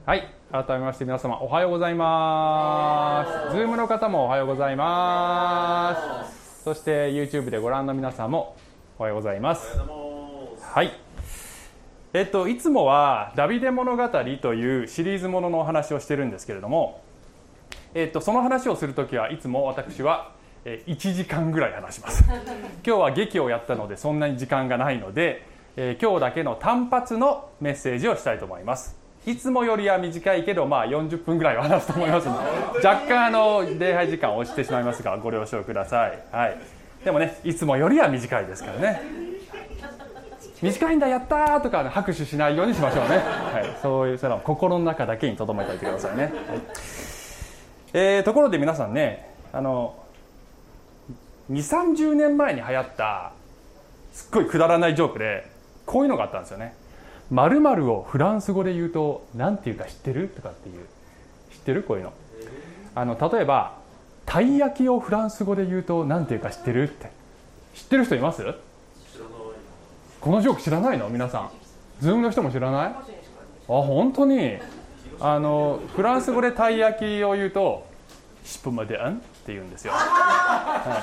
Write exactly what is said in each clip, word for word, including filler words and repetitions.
はい、改めまして皆様おはようございます。 Zoom の方もおはようございます。そして YouTube でご覧の皆さんもおはようございます。はい、えっといつもはダビデ物語というシリーズもののお話をしてるんですけれども、えっとその話をするときはいつも私はいちじかんぐらい話します。今日は劇をやったのでそんなに時間がないので、えー、今日だけの単発のメッセージをしたいと思います。いつもよりは短いけど、まあ、よんじゅっぷんぐらいは話すと思いますので、若干あの礼拝時間を押してしまいますがご了承ください。はい、でもね、いつもよりは短いですからね。短いんだやったーとか、ね、拍手しないようにしましょうね。はい、そういうその心の中だけに留めておいてくださいね。はい、えー、ところで皆さんね、あのにじゅう、さんじゅうねんまえに流行ったすっごいくだらないジョークでこういうのがあったんですよね。〇〇をフランス語で言うと何て言うか知ってるとかっていう、知ってるこういうの。あの例えばたい焼きをフランス語で言うと何て言うか知ってるって知ってる人います？知らない。このジョーク知らないの？皆さんズームの人も知らない？あ、本当に。あのフランス語でたい焼きを言うとシップまであんって言うんですよ。はい、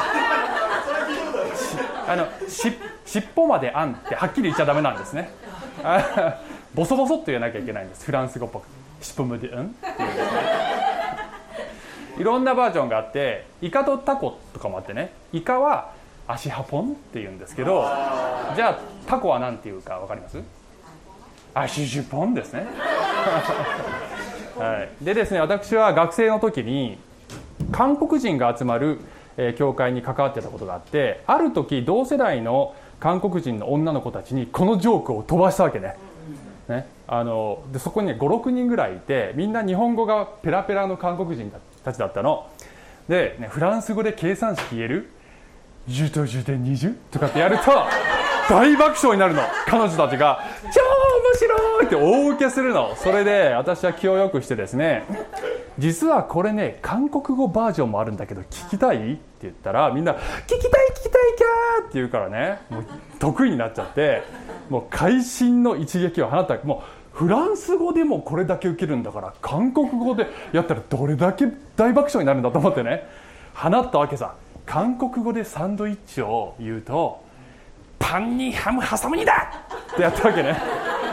あのし尻尾まであんってはっきり言っちゃダメなんですね。ボソボソって言わなきゃいけないんです。フランス語っぽくシップまであんって言うんですね。いろんなバージョンがあって、イカとタコとかもあってね、イカは足ハポンって言うんですけど、じゃあタコは何て言うか分かります？足ジュポンですね。はい、でですね、私は学生の時に韓国人が集まる、えー、教会に関わってたことがあって、ある時同世代の韓国人の女の子たちにこのジョークを飛ばしたわけね。ね、あのでそこに、ね、ご、ろくにんぐらいいて、みんな日本語がペラペラの韓国人たちだったので、ね、フランス語で計算式言える？じゅうとじゅうでにじゅうとかってやると大爆笑になるの。彼女たちが超面白いって大受けするの。それで私は気をよくしてですね、実はこれね韓国語バージョンもあるんだけど聞きたいって言ったら、みんな聞きたい聞きたいキャーって言うからね、もう得意になっちゃって、もう会心の一撃を放った。もうフランス語でもこれだけ受けるんだから韓国語でやったらどれだけ大爆笑になるんだと思ってね、放ったわけさ。韓国語でサンドイッチを言うとパンにハム挟むにだってやったわけね。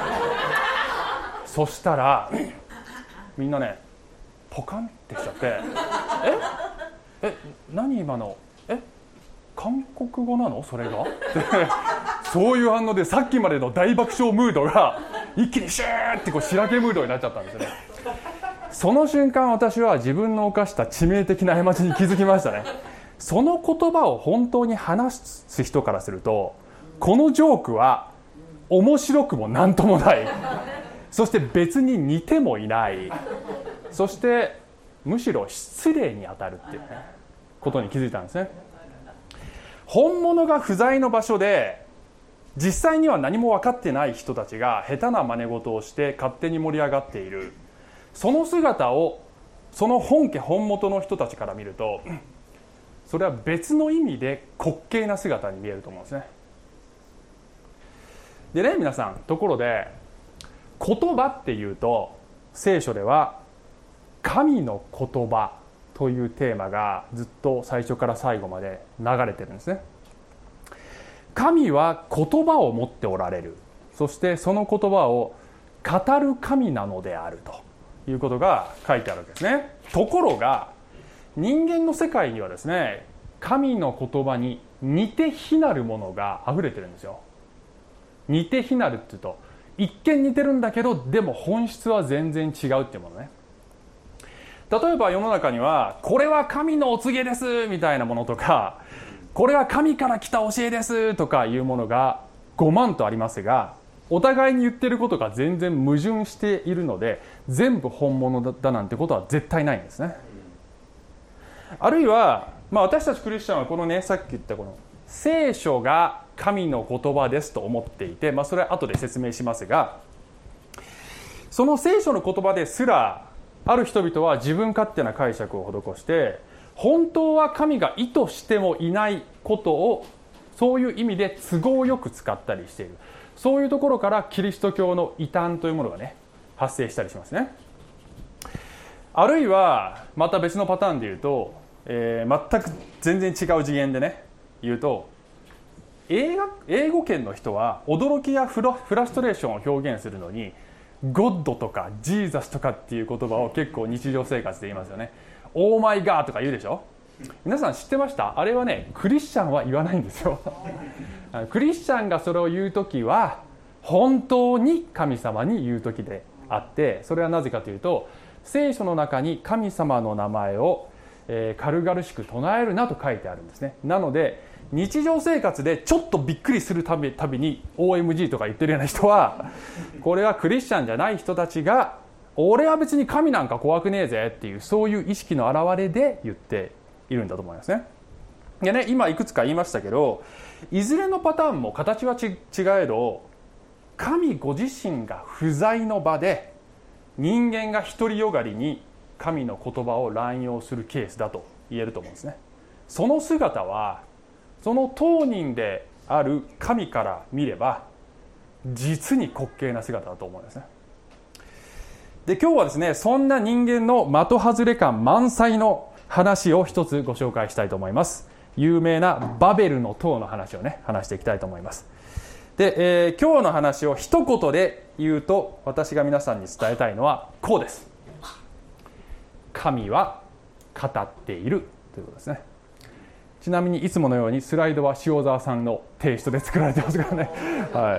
そしたらみんなねポカンってしちゃって、ええ何今の、え韓国語なのそれがってそういう反応でさっきまでの大爆笑ムードが一気にシューってこう白毛ムードになっちゃったんですよね。その瞬間私は自分の犯した致命的な過ちに気づきましたね。その言葉を本当に話す人からすると、このジョークは面白くもなんともない、そして別に似てもいない、そしてむしろ失礼に当たるっていう、ね、ことに気づいたんですね。本物が不在の場所で実際には何も分かってない人たちが下手な真似事をして勝手に盛り上がっている、その姿をその本家本元の人たちから見ると、それは別の意味で滑稽な姿に見えると思うんですね。でね、皆さん、ところで言葉っていうと聖書では神の言葉というテーマがずっと最初から最後まで流れてるんですね。神は言葉を持っておられる、そしてその言葉を語る神なのであるということが書いてあるわけですね。ところが人間の世界にはですね、神の言葉に似て非なるものが溢れてるんですよ。似て非なるっていうと一見似てるんだけど、でも本質は全然違うっていうものね。例えば世の中にはこれは神のお告げですみたいなものとか、これは神から来た教えですとかいうものがごまんとありますが、お互いに言ってることが全然矛盾しているので全部本物だなんてことは絶対ないんですね。あるいは、まあ、私たちクリスチャンはこのね、さっき言ったこの聖書が神の言葉ですと思っていて、まあ、それは後で説明しますが、その聖書の言葉ですらある人々は自分勝手な解釈を施して、本当は神が意図してもいないことをそういう意味で都合よく使ったりしている。そういうところからキリスト教の異端というものがね発生したりしますね。あるいはまた別のパターンで言うと、えー、全く全然違う次元でね言うと、英語、英語圏の人は驚きやフラ、フラストレーションを表現するのにゴッドとかジーザスとかっていう言葉を結構日常生活で言いますよね。オーマイガーとか言うでしょ。皆さん知ってました？あれはね、クリスチャンは言わないんですよクリスチャンがそれを言うときは本当に神様に言うときであって、それはなぜかというと、聖書の中に神様の名前を、えー、軽々しく唱えるなと書いてあるんですね。なので日常生活でちょっとびっくりするたびたびに オーエムジー とか言ってるような人は、これはクリスチャンじゃない人たちが、俺は別に神なんか怖くねえぜっていう、そういう意識の表れで言っているんだと思いますね。でね、今いくつか言いましたけど、いずれのパターンも形はち違えど、神ご自身が不在の場で人間が独りよがりに神の言葉を乱用するケースだと言えると思うんですね。その姿はその当人である神から見れば実に滑稽な姿だと思うんですね。で、今日はですね、そんな人間の的外れ感満載の話を一つご紹介したいと思います。有名なバベルの塔の話をね、話していきたいと思います。で、えー、今日の話を一言で言うと、私が皆さんに伝えたいのはこうです。神は語っているということですね。ちなみにいつものようにスライドは塩沢さんのテイストで作られてますからねはい、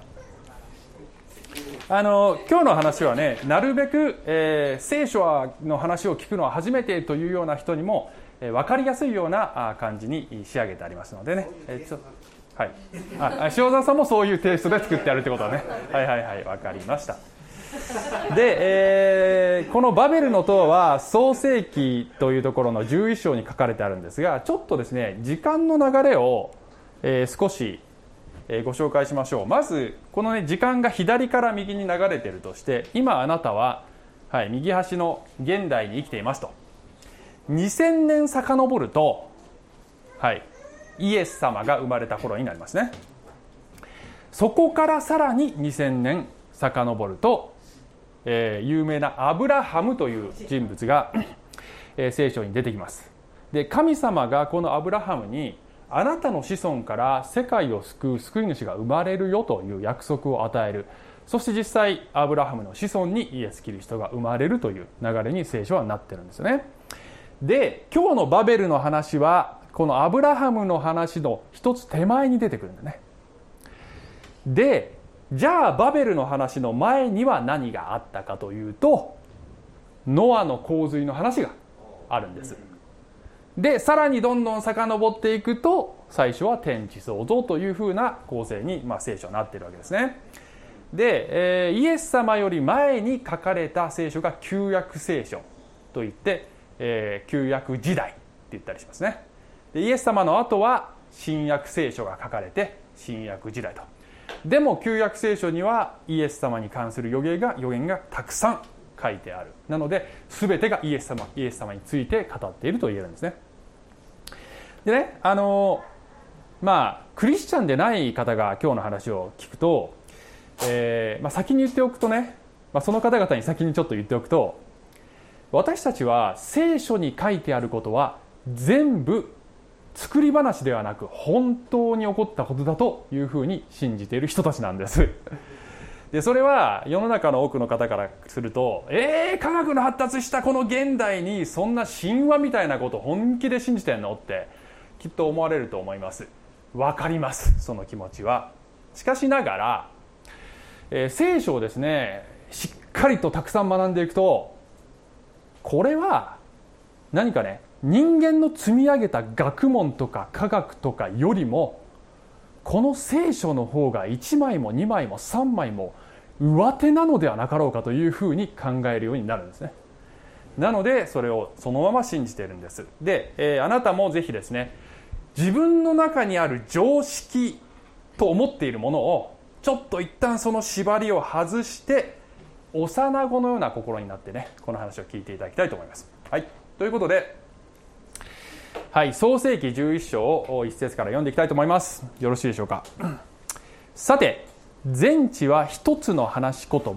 あの今日の話はね、なるべく、えー、聖書の話を聞くのは初めてというような人にも、えー、分かりやすいような感じに仕上げてありますのでね、えー、ちょはい、あ、塩沢さんもそういうテイストで作ってあるってことはね、はいはいはい、分かりました。で、えー、このバベルの塔は創世記というところのじゅういっ章に書かれてあるんですが、ちょっとですね、時間の流れを、えー、少し、えー、ご紹介しましょう。まずこの、ね、時間が左から右に流れているとして、今あなたは、はい、右端の現代に生きていますと。にせんねん遡ると、はい、イエス様が生まれた頃になりますね。そこからさらににせんねん遡ると、えー、有名なアブラハムという人物が、えー、聖書に出てきます。で、神様がこのアブラハムに、あなたの子孫から世界を救う救い主が生まれるよという約束を与える。そして実際アブラハムの子孫にイエス・キリストが生まれるという流れに聖書はなってるんですよね。で、今日のバベルの話はこのアブラハムの話の一つ手前に出てくるんだね。で、じゃあバベルの話の前には何があったかというと、ノアの洪水の話があるんです。で、さらにどんどん遡っていくと、最初は天地創造というふうな構成に、まあ、聖書はなっているわけですね。で、えー、イエス様より前に書かれた聖書が旧約聖書といって、えー、旧約時代って言ったりしますね。で、イエス様の後は新約聖書が書かれて新約時代と。でも旧約聖書にはイエス様に関する予言が予言がたくさん書いてある。なので全てがイエス様イエス様について語っていると言えるんですね。でね、あのまあクリスチャンでない方が今日の話を聞くと、えーまあ、先に言っておくとね、まあ、その方々に先にちょっと言っておくと、私たちは聖書に書いてあることは全部作り話ではなく本当に起こったことだというふうに信じている人たちなんです。で、それは世の中の多くの方からすると、えー、科学の発達したこの現代にそんな神話みたいなこと本気で信じてんのってきっと思われると思います。わかります、その気持ちは。しかしながら、えー、聖書をですねしっかりとたくさん学んでいくと、これは何かね、人間の積み上げた学問とか科学とかよりも、この聖書の方がいちまいもにまいもさんまいも上手なのではなかろうかというふうに考えるようになるんですね。なのでそれをそのまま信じているんです。で、えー、あなたもぜひですね、自分の中にある常識と思っているものをちょっと一旦その縛りを外して、幼子のような心になってね、この話を聞いていただきたいと思います。はい、ということで、はい、創世記じゅういっ章を一節から読んでいきたいと思います。よろしいでしょうか。さて、全地は一つの話し言葉、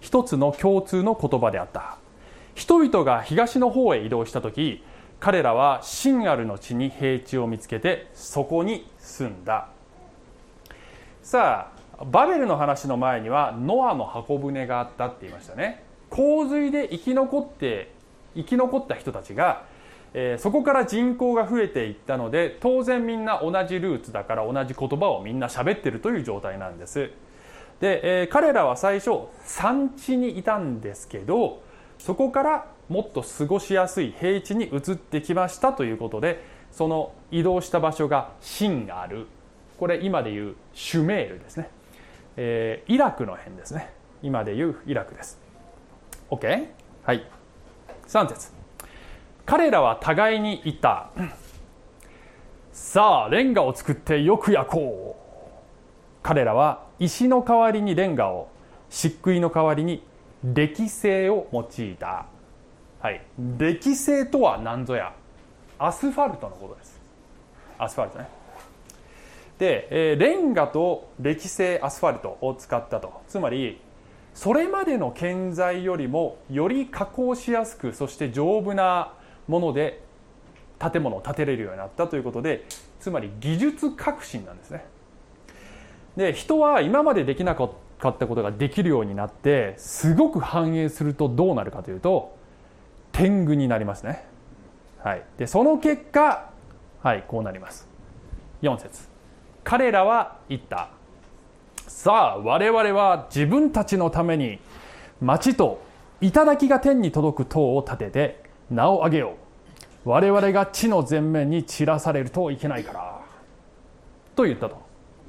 一つの共通の言葉であった。人々が東の方へ移動したとき、彼らはシンアルの地に平地を見つけてそこに住んだ。さあ、バベルの話の前にはノアの箱舟があったって言いましたね。洪水で生き残って生き残った人たちが、えー、そこから人口が増えていったので、当然みんな同じルーツだから同じ言葉をみんな喋ってるという状態なんです。で、えー、彼らは最初山地にいたんですけど、そこからもっと過ごしやすい平地に移ってきましたということで、その移動した場所がシンアル、これ今でいうシュメールですね、えー、イラクの辺ですね。今でいうイラクです。 OK、 はい。さん節、彼らは互いに言った。さあレンガを作ってよく焼こう。彼らは石の代わりにレンガを、漆喰の代わりに礫製を用いた。はい、礫製とは何ぞや、アスファルトのことです。アスファルトね。で、えー、レンガと礫製アスファルトを使ったと。つまりそれまでの建材よりもより加工しやすく、そして丈夫なもので建物を建てれるようになったということで、つまり技術革新なんですね。で、人は今までできなかったことができるようになって、すごく繁栄するとどうなるかというと、天狗になりますね。はい、でその結果、はい、こうなります。よん節、彼らは言った。さあ我々は自分たちのために町と頂が天に届く塔を建てて名を上げよう。我々が地の前面に散らされるといけないからと言ったと。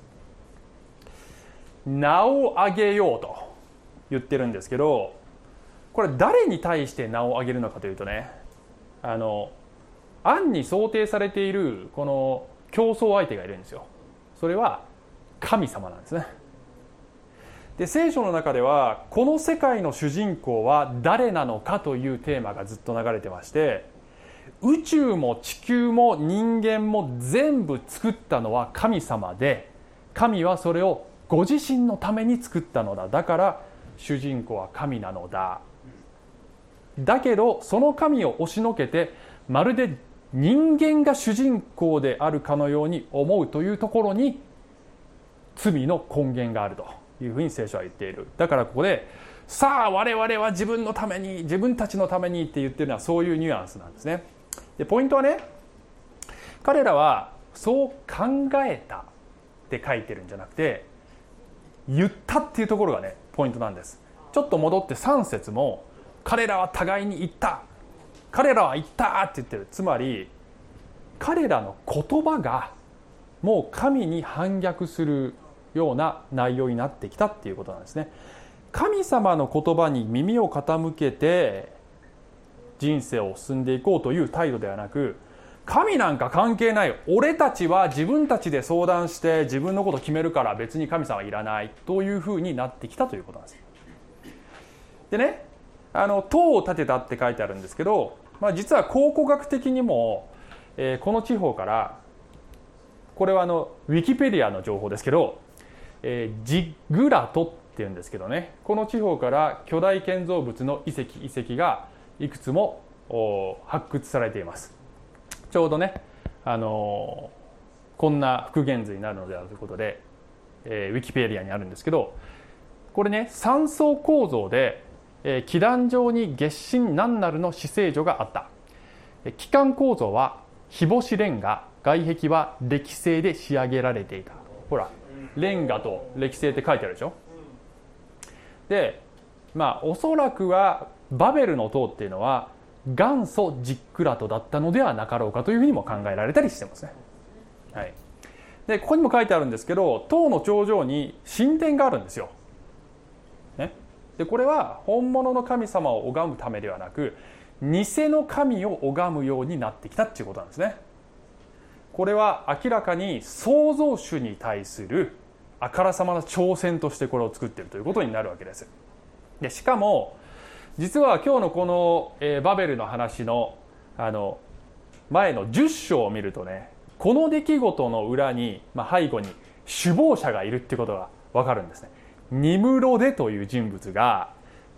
名を上げようと言ってるんですけど、これ誰に対して名を上げるのかというとね、あの暗に想定されているこの競争相手がいるんですよ。それは神様なんですね。で、聖書の中ではこの世界の主人公は誰なのかというテーマがずっと流れてまして、宇宙も地球も人間も全部作ったのは神様で、神はそれをご自身のために作ったのだ。だから主人公は神なのだ。だけどその神を押しのけて、まるで人間が主人公であるかのように思うというところに罪の根源があるというふうに聖書は言っている。だからここで、さあ我々は自分のために、自分たちのためにって言ってるのはそういうニュアンスなんですね。で、ポイントはね、彼らはそう考えたって書いてるんじゃなくて、言ったっていうところがねポイントなんです。ちょっと戻ってさん節も、彼らは互いに言った、彼らは言ったって言ってる。つまり彼らの言葉がもう神に反逆するような内容になってきたっていうことなんですね。神様の言葉に耳を傾けて人生を進んでいこうという態度ではなく、神なんか関係ない、俺たちは自分たちで相談して自分のこと決めるから別に神様はいらないというふうになってきたということなんです。でね、あの塔を建てたって書いてあるんですけど、まあ、実は考古学的にも、えー、この地方から、これはあのウィキペディアの情報ですけど、えー、ジッグラトっていうんですけどね、この地方から巨大建造物の遺跡遺跡がいくつも発掘されています。ちょうどね、あのー、こんな復元図になるのであるということで、えー、ウィキペディアにあるんですけど、これねさん層構造で、えー、基壇上に月神ナンナルの死聖所があった。基幹構造は日干しレンガ、外壁は礫製で仕上げられていた。ほら、レンガと礫製って書いてあるでしょ。で、まあおそらくはバベルの塔っていうのは元祖ジッグラトだったのではなかろうかというふうにも考えられたりしてますね。はい、でここにも書いてあるんですけど、塔の頂上に神殿があるんですよ。ね、でこれは本物の神様を拝むためではなく、偽の神を拝むようになってきたっていうことなんですね。これは明らかに創造主に対するあからさまな挑戦としてこれを作っているということになるわけです。でしかも実は今日のこの、えー、バベルの話のあの前のじゅっ章を見るとね、この出来事の裏に、まあ、背後に首謀者がいるっていうことが分かるんですね。ニムロデという人物が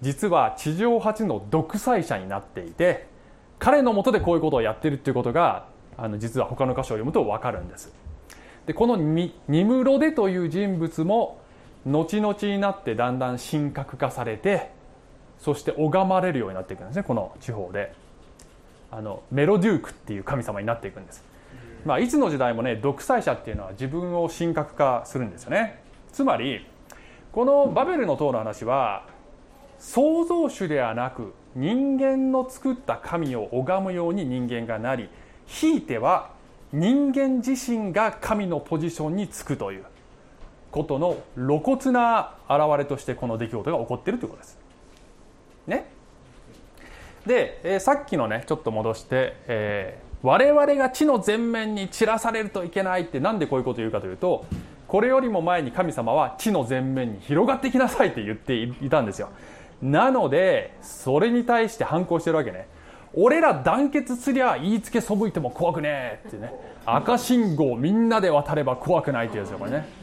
実は地上初の独裁者になっていて、彼の下でこういうことをやっているということがあの実は他の箇所を読むと分かるんです。でこのニムロデという人物も後々になってだんだん神格化されて、そして拝まれるようになっていくんですね。この地方であのメロデュークっていう神様になっていくんです。まあ、いつの時代もね、独裁者っていうのは自分を神格化するんですよね。つまりこのバベルの塔の話は創造主ではなく人間の作った神を拝むように人間がなり、ひいては人間自身が神のポジションにつくということの露骨な現れとしてこの出来事が起こっているということですね。で、えー、さっきのねちょっと戻して、えー我々が地の前面に散らされるといけないってなんでこういうことを言うかというと、これよりも前に神様は地の前面に広がってきなさいって言っていたんですよ。なのでそれに対して反抗してるわけね。俺ら団結すりゃ言いつけそぶいても怖くねえってね、赤信号みんなで渡れば怖くないってやつよこれね。ね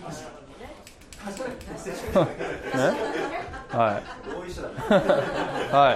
はいはい、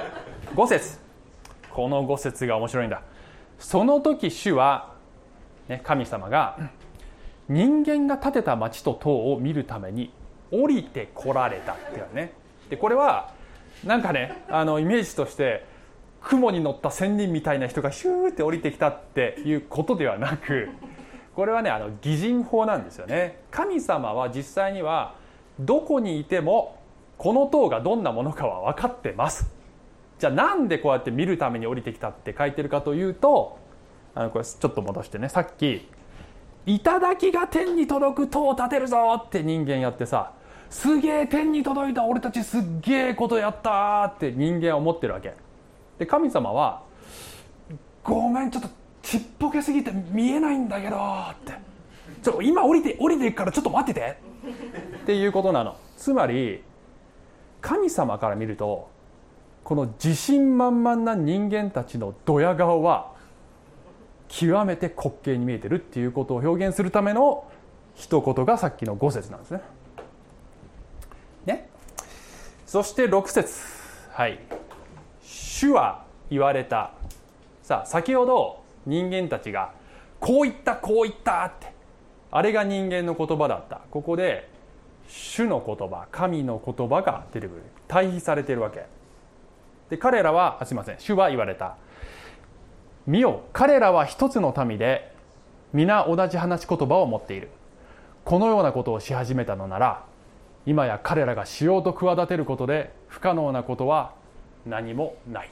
ご節、このご節が面白いんだ。その時主は、ね、神様が人間が建てた町と塔を見るために降りてこられたっていうね。でこれはなんかね、あのイメージとして雲に乗った仙人みたいな人がシューって降りてきたっていうことではなく、これはねあの擬人法なんですよね。神様は実際にはどこにいてもこの塔がどんなものかは分かってます。じゃあなんでこうやって見るために降りてきたって書いてるかというと、あのこれちょっと戻してね、さっき頂が天に届く塔を建てるぞって人間やってさ、すげえ天に届いた俺たちすっげえことやったって人間は思ってるわけで、神様はごめんちょっとちっぽけすぎて見えないんだけどってちょっと今降りて降りていくからちょっと待っててっていうことなの。つまり神様から見るとこの自信満々な人間たちのドヤ顔は極めて滑稽に見えてるっていうことを表現するための一言がさっきのご節なんですね。ね。そしてろく節、はい。主は言われた。さあ先ほど人間たちがこう言ったこう言ったってあれが人間の言葉だった。ここで主の言葉、神の言葉が出てくる。対比されているわけで、彼らはあすいません主は言われた。見よ彼らは一つの民で皆同じ話し言葉を持っている。このようなことをし始めたのなら今や彼らがしようと企てることで不可能なことは何もない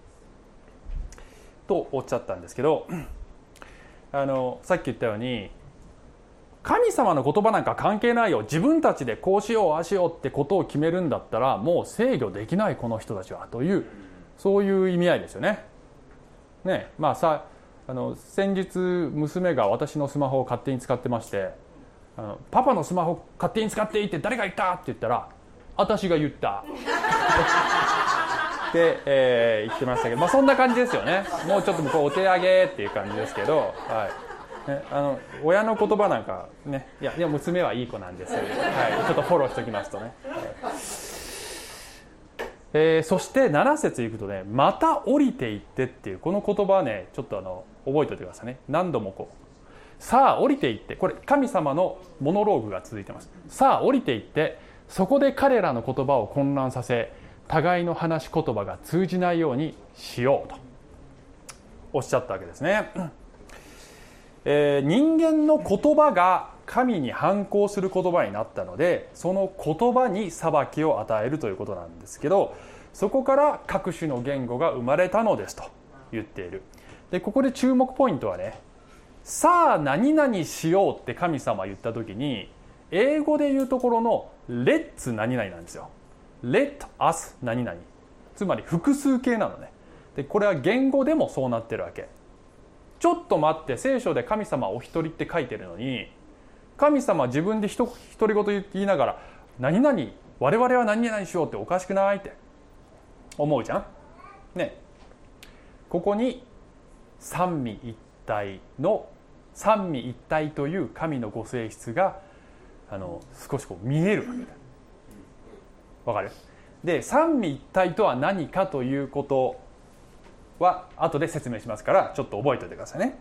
とおっしゃったんですけど、あのさっき言ったように神様の言葉なんか関係ないよ、自分たちでこうしようああしようってことを決めるんだったらもう制御できないこの人たちはという、そういう意味合いですよね。ね、まあさあの先日娘が私のスマホを勝手に使ってまして、あのパパのスマホ勝手に使っていいって誰が言ったって言ったら私が言ったって、えー、言ってましたけど、まあ、そんな感じですよね。もうちょっとこうお手上げっていう感じですけど、はいね、あの親の言葉なんかね、いやでも娘はいい子なんです、はい、ちょっとフォローしておきますとね、はいえー、そしてなな節いくとね、また降りていってっていうこの言葉はねちょっとあの覚えておいてくださいね。何度もこうさあ降りていって、これ神様のモノローグが続いてます。さあ降りていってそこで彼らの言葉を混乱させ互いの話し言葉が通じないようにしようとおっしゃったわけですね。えー、人間の言葉が神に反抗する言葉になったので、その言葉に裁きを与えるということなんですけど、そこから各種の言語が生まれたのですと言っている。でここで注目ポイントはね、さあ何々しようって神様言った時に英語で言うところの Let's 何々なんですよ。 Let us 何々、つまり複数形なのね。でこれは言語でもそうなってるわけ。ちょっと待って、聖書で神様お一人って書いてるのに神様自分で独り言言いながら何々我々は何々しようっておかしくないって思うじゃんね。ここに三位一体の三位一体という神のご性質があの少しこう見えるわけだ。わかる？ で三位一体とは何かということは後で説明しますからちょっと覚えておいてくださいね。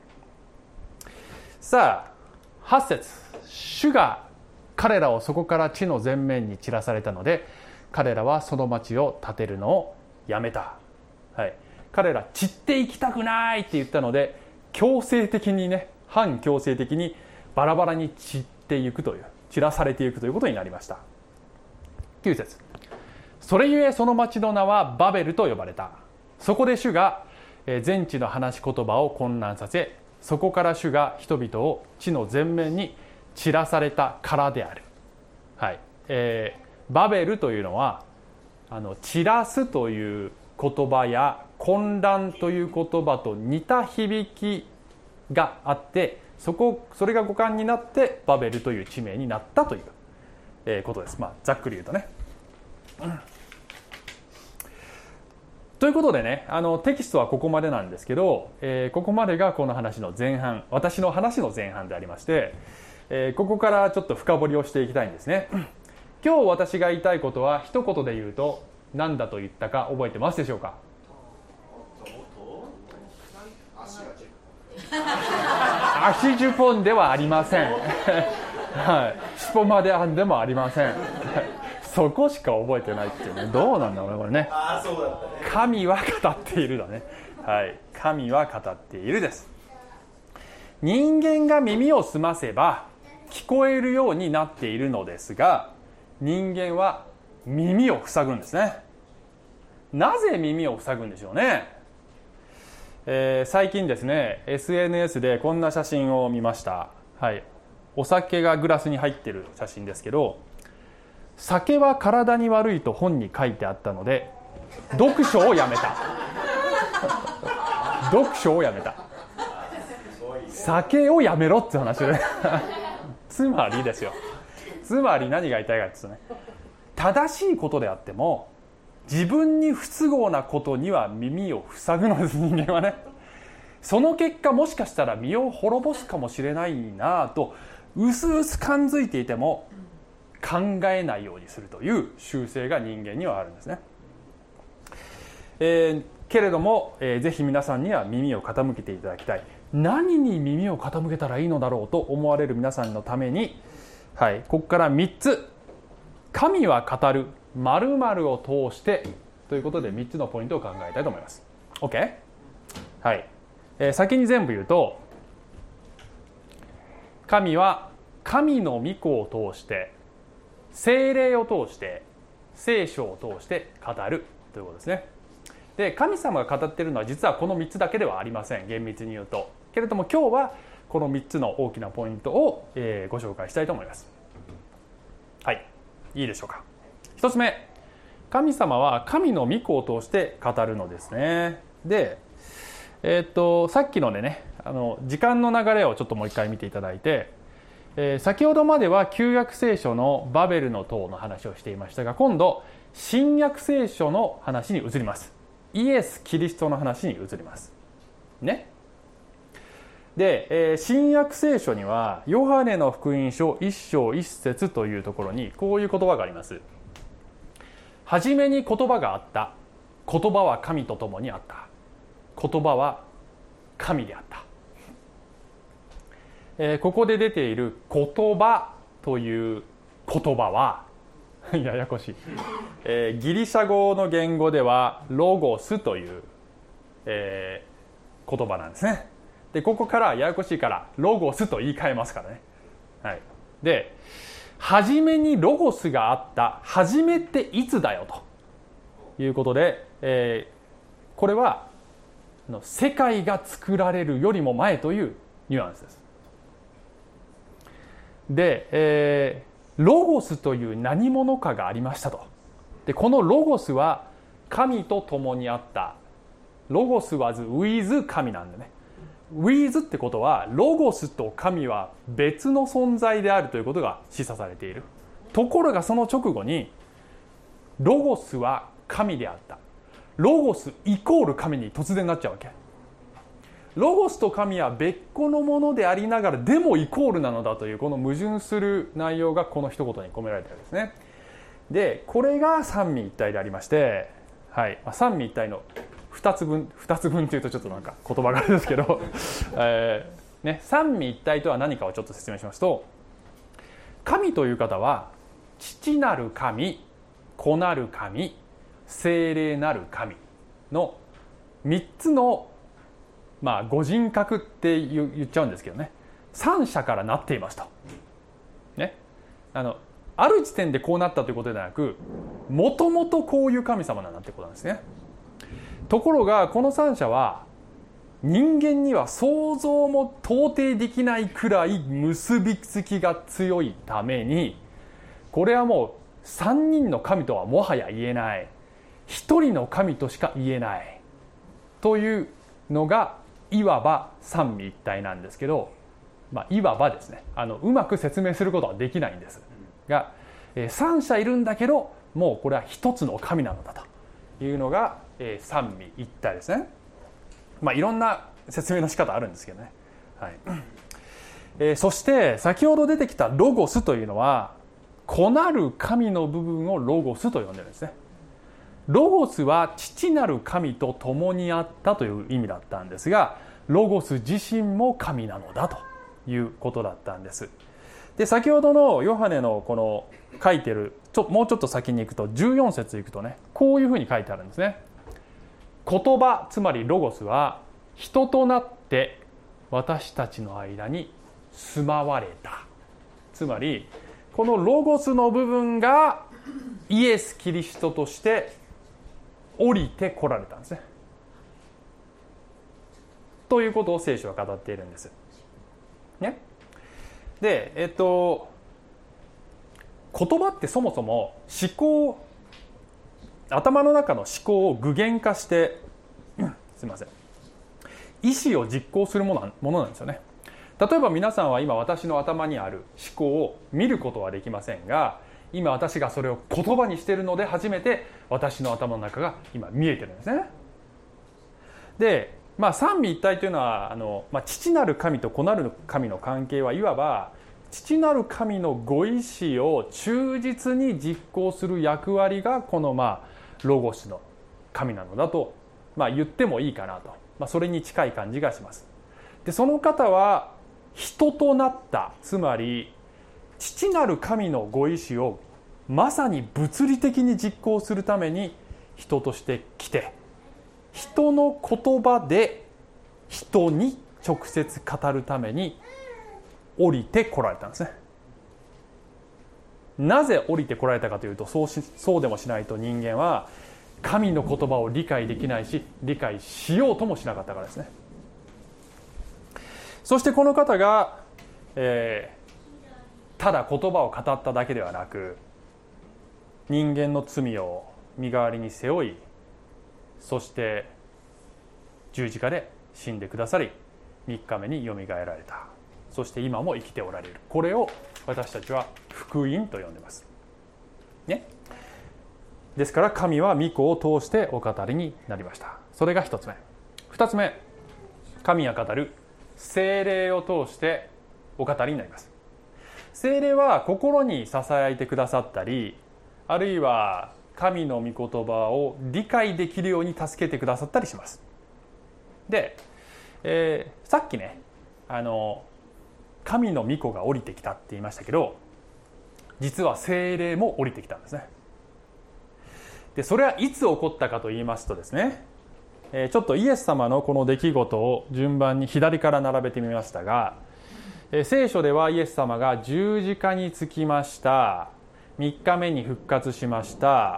さあはち節、主が彼らをそこから地の前面に散らされたので彼らはその町を建てるのをやめた、はい、彼ら散っていきたくないって言ったので強制的にね反強制的にバラバラに散っていくという散らされていくということになりました。きゅう節、それゆえその町の名はバベルと呼ばれた。そこで主が全地の話し言葉を混乱させそこから主が人々を地の前面に散らされたからである、はいえー、バベルというのはあの散らすという言葉や混乱という言葉と似た響きがあってそこそれが語感になってバベルという地名になったという、えー、ことです。まあ、ざっくり言うとね、うん、ということでねあのテキストはここまでなんですけど、えー、ここまでがこの話の前半私の話の前半でありまして、えー、ここからちょっと深掘りをしていきたいんですね。今日私が言いたいことは一言で言うと何だと言ったか覚えてますでしょうか？足ジュポンではありません、はい、シュポマデアンでもありませんそこしか覚えてないっていうね、どうなんだろうねこれね。あ、そうだったね。神は語っているだね、はい、神は語っているです。人間が耳を澄ませば聞こえるようになっているのですが人間は耳を塞ぐんですね。なぜ耳を塞ぐんでしょうね。えー、最近ですね エスエヌエス でこんな写真を見ました、はい、お酒がグラスに入ってる写真ですけど酒は体に悪いと本に書いてあったので読書をやめた読書をやめた酒をやめろって話でつまりですよつまり何が言いたいかっていうとね正しいことであっても自分に不都合なことには耳を塞ぐのです人間はね。その結果もしかしたら身を滅ぼすかもしれないなとうすうす感づいていても考えないようにするという習性が人間にはあるんですね、えー、けれども、えー、ぜひ皆さんには耳を傾けていただきたい。何に耳を傾けたらいいのだろうと思われる皆さんのために、はい、ここからみっつ神は語る〇〇を通してということでみっつのポイントを考えたいと思います。 OK？ はい、えー、先に全部言うと神は神の御子を通して聖霊を通して聖書を通して語るということですね。で神様が語っているのは実はこのみっつだけではありません厳密に言うと。けれども今日はこのみっつの大きなポイントを、えー、ご紹介したいと思います。はい、いいでしょうか。ひとつめ、神様は神の御子を通して語るのですね。で、えー、っとさっきのでねあの時間の流れをちょっともう一回見ていただいて、えー、先ほどまでは旧約聖書のバベルの塔の話をしていましたが今度新約聖書の話に移ります。イエス・キリストの話に移りますね。で、えー、新約聖書にはヨハネの福音書一章一節というところにこういう言葉があります。はじめに言葉があった。言葉は神と共にあった。言葉は神であった。えー、ここで出ている言葉という言葉はややこしい、えー、ギリシャ語の言語ではロゴスという、えー、言葉なんですね。でここからややこしいからロゴスと言い換えますからね、はい、で初めにロゴスがあった。初めっていつだよということで、えー、これは世界が作られるよりも前というニュアンスです。で、えー、ロゴスという何者かがありましたと。でこのロゴスは神と共にあった。ロゴスは with 神なんでね。with ってことはロゴスと神は別の存在であるということが示唆されている。ところがその直後にロゴスは神であった。ロゴスイコール神に突然なっちゃうわけ。ロゴスと神は別個のものでありながらでもイコールなのだというこの矛盾する内容がこの一言に込められているんですね。 でこれが三位一体でありまして、はい、三位一体のふたつぶんふたつぶんというとちょっとなんか言葉があれですけど、えーね、三位一体とは何かをちょっと説明しますと、神という方は父なる神、子なる神、聖霊なる神のみっつの、まあ、ご人格って言っちゃうんですけどね、三者からなっていますと、ね、あのある時点でこうなったということではなく、もともとこういう神様なんだってことなんですね。ところがこの三者は人間には想像も到底できないくらい結びつきが強いために、これはもう三人の神とはもはや言えない、一人の神としか言えないというのがいわば三位一体なんですけど、まあ、いわばですね、あのうまく説明することはできないんですが、えー、三者いるんだけどもうこれは一つの神なのだというのが、えー、三位一体ですね。まあ、いろんな説明の仕方あるんですけどね、はいえー、そして先ほど出てきたロゴスというのは子なる神の部分をロゴスと呼んでるんですね。ロゴスは父なる神と共にあったという意味だったんですが、ロゴス自身も神なのだということだったんです。で先ほどのヨハネのこの書いてるちょもうちょっと先に行くとじゅうよん節行くとね、こういうふうに書いてあるんですね。言葉、つまりロゴスは人となって私たちの間に住まわれた。つまりこのロゴスの部分がイエス・キリストとして降りてこられたんですね。ということを聖書は語っているんです。ね。で、えっと言葉ってそもそも思考、頭の中の思考を具現化して、うん、すいません、意思を実行するもの、ものなんですよね。例えば皆さんは今私の頭にある思考を見ることはできませんが、今私がそれを言葉にしているので初めて私の頭の中が今見えてるんですね。で、まあ、三位一体というのはあの、まあ、父なる神と子なる神の関係はいわば父なる神のご意志を忠実に実行する役割がこの、まあ、ロゴスの神なのだと、まあ、言ってもいいかなと、まあ、それに近い感じがします。でその方は人となった、つまり父なる神のご意志をまさに物理的に実行するために人として来て、人の言葉で人に直接語るために降りてこられたんですね。なぜ降りてこられたかというと、そうし、そうでもしないと人間は神の言葉を理解できないし、理解しようともしなかったからですね。そしてこの方が、えー、ただ言葉を語っただけではなく、人間の罪を身代わりに背負い、そして十字架で死んでくださり、みっかめによみがえられた。そして今も生きておられる。これを私たちは福音と呼んでます、ね、ですから神は御子を通してお語りになりました。それが一つ目。二つ目、神が語る聖霊を通してお語りになります。聖霊は心にささやいてくださったり、あるいは神の御言葉を理解できるように助けてくださったりします。で、えー、さっきね、あの神の御子が降りてきたって言いましたけど、実は聖霊も降りてきたんですね。でそれはいつ起こったかと言いますとですね、えー、ちょっとイエス様のこの出来事を順番に左から並べてみましたが、えー、聖書ではイエス様が十字架につきました、みっかめに復活しました、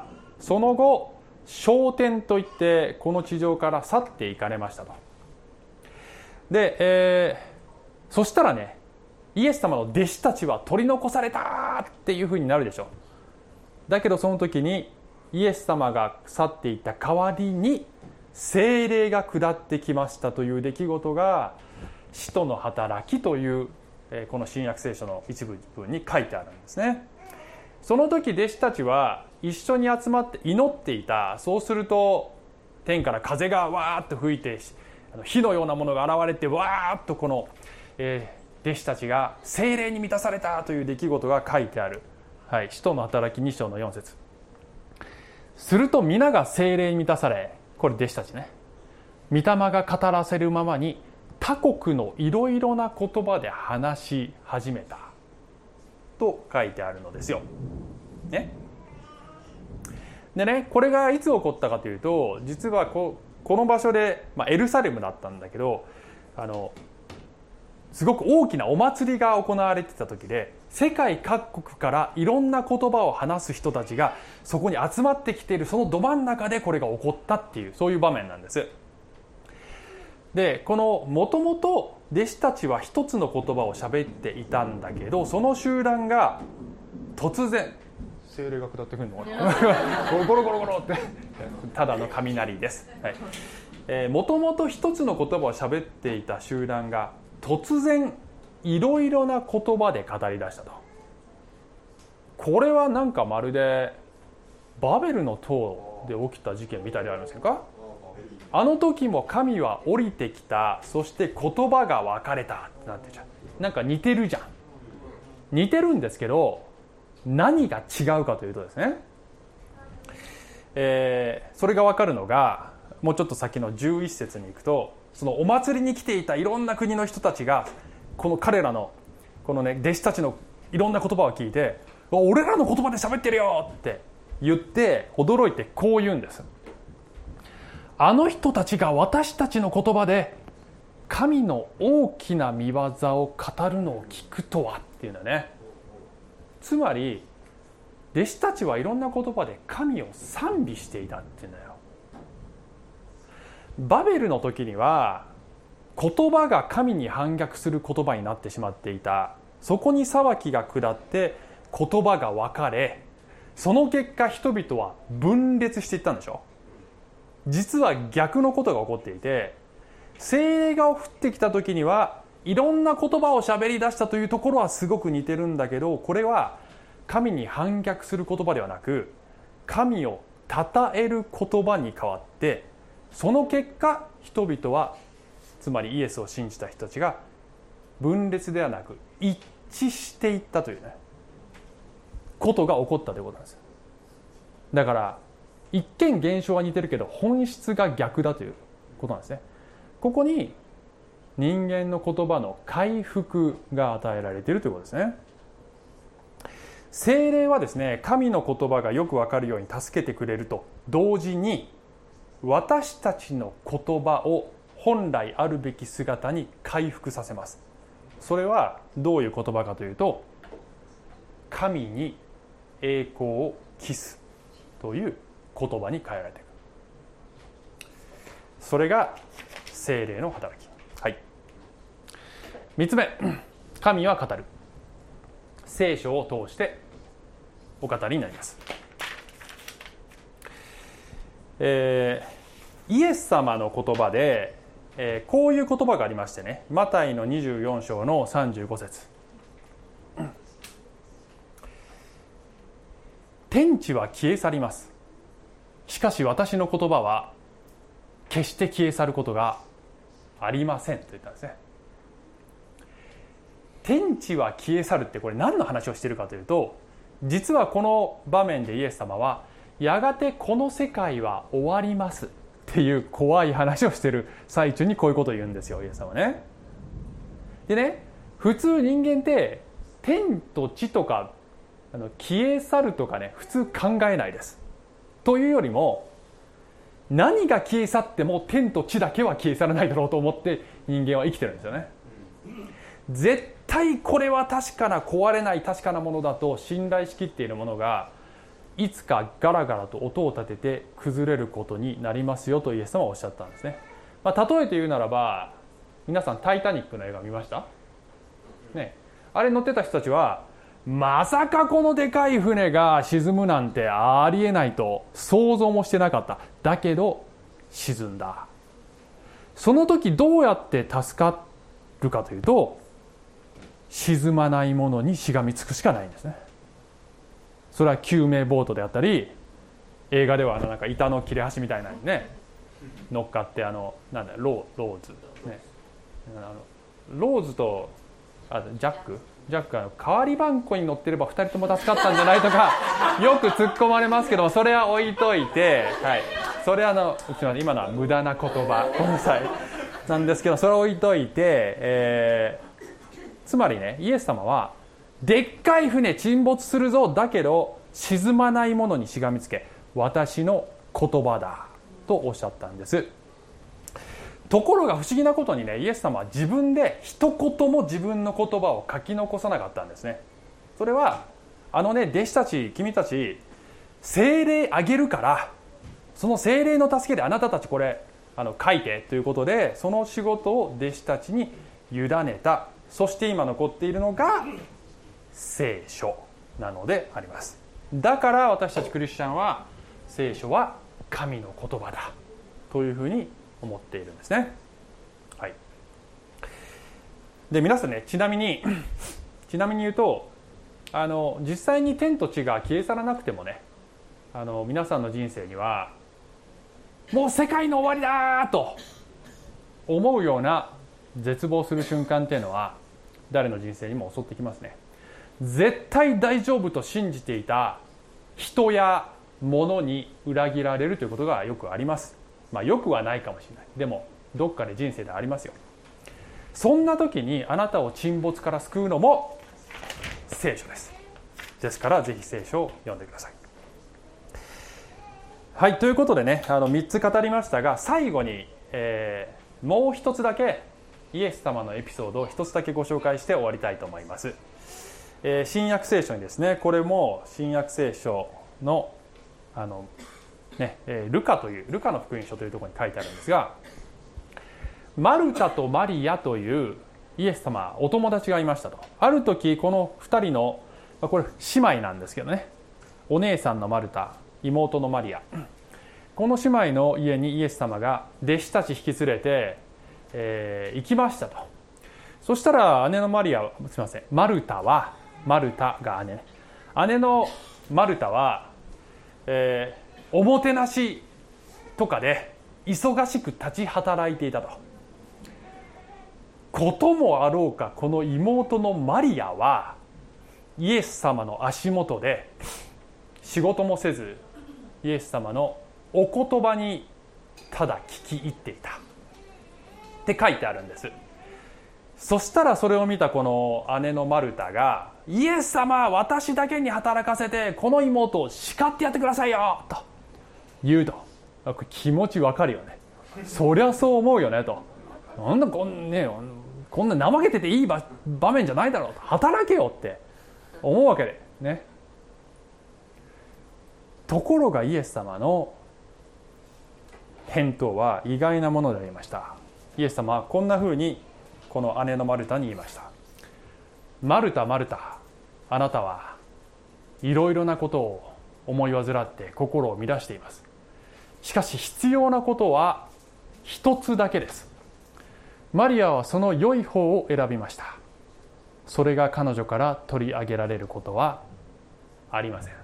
その後昇天といってこの地上から去っていかれましたと。で、えー、そしたらね、イエス様の弟子たちは取り残されたっていうふうになるでしょう。だけどその時にイエス様が去っていった代わりに聖霊が下ってきましたという出来事が使徒の働きというこの新約聖書の一部分に書いてあるんですね。その時弟子たちは一緒に集まって祈っていた。そうすると天から風がわーっと吹いて火のようなものが現れてわーっとこの、えー弟子たちが聖霊に満たされたという出来事が書いてある、はい、使徒の働きに章のよん節。 すると皆が聖霊に満たされ、これ弟子たちね、御霊が語らせるままに他国のいろいろな言葉で話し始めたと書いてあるのですよ。ね。でね、これがいつ起こったかというと、実は こ, この場所で、まあ、エルサレムだったんだけど、あのすごく大きなお祭りが行われてた時で、世界各国からいろんな言葉を話す人たちがそこに集まってきている、そのど真ん中でこれが起こったっていう、そういう場面なんです。で、このもともと弟子たちは一つの言葉を喋っていたんだけど、その集団が突然、精霊が下ってくるのゴロゴロゴロってただの雷です。はい、えー、もともと一つの言葉を喋っていた集団が突然いろいろな言葉で語り出したと。これはなんかまるでバベルの塔で起きた事件みたいではありませんか。あの時も神は降りてきた、そして言葉が分かれたなんてじゃん、なんか似てるじゃん。似てるんですけど、何が違うかというとですね、えー、それが分かるのがもうちょっと先のじゅういち節に行くと、そのお祭りに来ていたいろんな国の人たちがこの彼らのこのね弟子たちのいろんな言葉を聞いて、俺らの言葉で喋ってるよって言って驚いてこう言うんです。あの人たちが私たちの言葉で神の大きな見業を語るのを聞くとはっていうんだね。つまり弟子たちはいろんな言葉で神を賛美していたっていうんだよ。バベルの時には言葉が神に反逆する言葉になってしまっていた。そこに裁きが下って言葉が分かれ、その結果人々は分裂していったんでしょ。実は逆のことが起こっていて、聖霊が降ってきた時にはいろんな言葉を喋り出したというところはすごく似てるんだけど、これは神に反逆する言葉ではなく、神を称える言葉に変わって、その結果人々は、つまりイエスを信じた人たちが分裂ではなく一致していったというねことが起こったということなんです。だから一見現象は似てるけど本質が逆だということなんですね。ここに人間の言葉の回復が与えられているということですね。聖霊はですね、神の言葉がよくわかるように助けてくれると同時に、私たちの言葉を本来あるべき姿に回復させます。それはどういう言葉かというと、神に栄光を期すという言葉に変えられていく。それが聖霊の働き。はい。三つ目、神は語る。聖書を通してお語りになります。えー、イエス様の言葉で、えー、こういう言葉がありましてね、マタイのにじゅうよん章のさんじゅうご節。天地は消え去ります。しかし私の言葉は決して消え去ることがありませんと言ったんですね。天地は消え去るってこれ何の話をしているかというと、実はこの場面でイエス様はやがてこの世界は終わりますっていう怖い話をしている最中にこういうことを言うんですよ、イエス様ね。でね、普通人間って天と地とかあの消え去るとかね、普通考えないです。というよりも、何が消え去っても天と地だけは消え去らないだろうと思って人間は生きてるんですよね。絶対これは確かな、壊れない確かなものだと信頼しきっているものがいつかガラガラと音を立てて崩れることになりますよとイエス様はおっしゃったんですね。まあ、例えて言うならば、皆さんタイタニックの映画見ました？ね、あれ乗ってた人たちはまさかこのでかい船が沈むなんてありえないと想像もしてなかった。だけど沈んだ。その時どうやって助かるかというと、沈まないものにしがみつくしかないんですね。それは救命ボートであったり、映画ではあのなんか板の切れ端みたいなのにね乗っかって、あのなんだローローズね、あのローズとあジャックジャックは代わりばんこに乗ってればふたりとも助かったんじゃないとかよく突っ込まれますけども、それは置いといて、はい、それはあのすみません、今のは無駄な言葉ごめんなさいなんですけど、それを置いといて、えー、つまりね、イエス様はでっかい船沈没するぞ、だけど沈まないものにしがみつけ、私の言葉だとおっしゃったんです。ところが不思議なことにね、イエス様は自分で一言も自分の言葉を書き残さなかったんですね。それはあのね、弟子たち、君たち聖霊あげるから、その聖霊の助けであなたたちこれあの書いてということで、その仕事を弟子たちに委ねた。そして今残っているのが聖書なのであります。だから私たちクリスチャンは聖書は神の言葉だというふうに思っているんですね。はい。で皆さんね、ちなみにちなみに言うと、あの実際に天と地が消え去らなくてもね、あの皆さんの人生にはもう世界の終わりだと思うような絶望する瞬間っていうのは誰の人生にも襲ってきますね。絶対大丈夫と信じていた人や物に裏切られるということがよくあります。まあよくはないかもしれない。でもどっかで人生でありますよ。そんな時にあなたを沈没から救うのも聖書です。ですからぜひ聖書を読んでください。はい、ということでね、あのみっつ語りましたが、最後に、えー、もう一つだけイエス様のエピソードを一つだけご紹介して終わりたいと思います。えー、新約聖書にですね、これも新約聖書のあのね、えー、ルカというルカの福音書というところに書いてあるんですが、マルタとマリアというイエス様お友達がいましたと。ある時このふたりの、これ姉妹なんですけどね、お姉さんのマルタ、妹のマリア、この姉妹の家にイエス様が弟子たち引き連れて、えー、行きましたと。そしたら姉のマリア、すみません、マルタはマルタが姉ね、姉のマルタは、えー、おもてなしとかで忙しく立ち働いていたと。こともあろうか、この妹のマリアはイエス様の足元で仕事もせず、イエス様のお言葉にただ聞き入っていたって書いてあるんです。そしたらそれを見たこの姉のマルタが、イエス様、私だけに働かせてこの妹を叱ってやってくださいよと言うと。気持ちわかるよね。そりゃそう思うよねと。なんだこん、ね、こんな怠けてていい 場, 場面じゃないだろうと、働けよって思うわけでね。ところがイエス様の返答は意外なものでありました。イエス様はこんなふうにこの姉のマルタに言いました。マルタマルタ、あなたはいろいろなことを思い煩って心を乱しています。しかし必要なことは一つだけです。マリアはその良い方を選びました。それが彼女から取り上げられることはありません。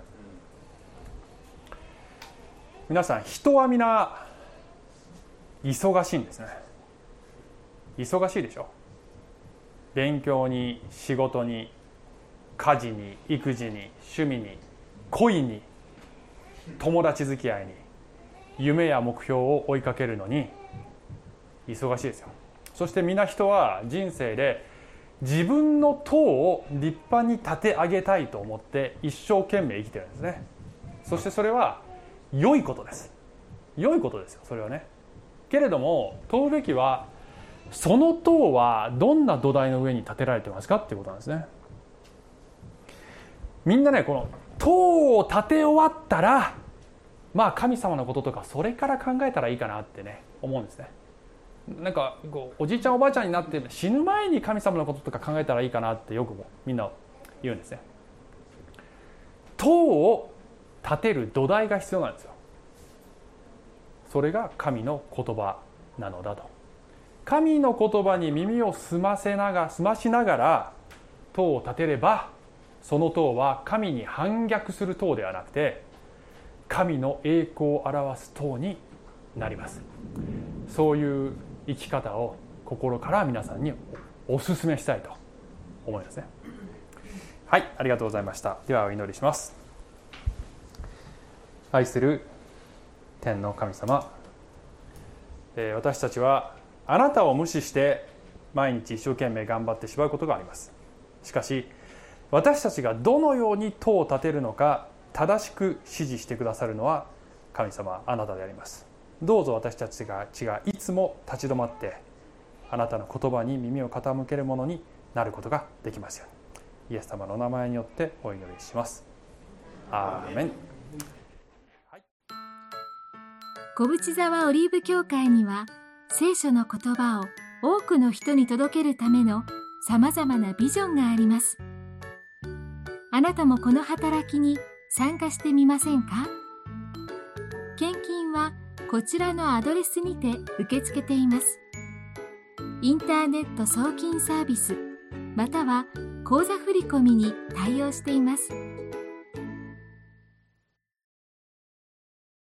皆さん、人は皆忙しいんですね。忙しいでしょ。勉強に、仕事に、家事に、育児に、趣味に、恋に、友達付き合いに、夢や目標を追いかけるのに忙しいですよ。そして皆人は人生で自分の塔を立派に立て上げたいと思って一生懸命生きてるんですね。そしてそれは良いことです。良いことですよ、それはね。けれども問うべきは、その塔はどんな土台の上に建てられてますかっていうことなんですね。みんなね、この塔を建て終わったら、まあ神様のこととかそれから考えたらいいかなってね、思うんですね。なんかこうおじいちゃんおばあちゃんになって死ぬ前に神様のこととか考えたらいいかなってよくもみんな言うんですね。塔を建てる土台が必要なんですよ。それが神の言葉なのだと。神の言葉に耳を澄ませながら、澄ましながら塔を建てれば、その塔は神に反逆する塔ではなくて、神の栄光を表す塔になります。そういう生き方を心から皆さんにお勧めしたいと思いますね。はい、ありがとうございました。ではお祈りします。愛する天の神様、えー、私たちはあなたを無視して毎日一生懸命頑張ってしまうことがあります。しかし私たちがどのように塔を建てるのか正しく指示してくださるのは神様、あなたであります。どうぞ私たちがいつも立ち止まってあなたの言葉に耳を傾けるものになることができますように、イエス様のお名前によってお祈りします。アーメン。 小淵沢オリーブ教会には聖書の言葉を多くの人に届けるためのさまざまなビジョンがあります。あなたもこの働きに参加してみませんか？献金はこちらのアドレスにて受け付けています。インターネット送金サービスまたは口座振込に対応しています。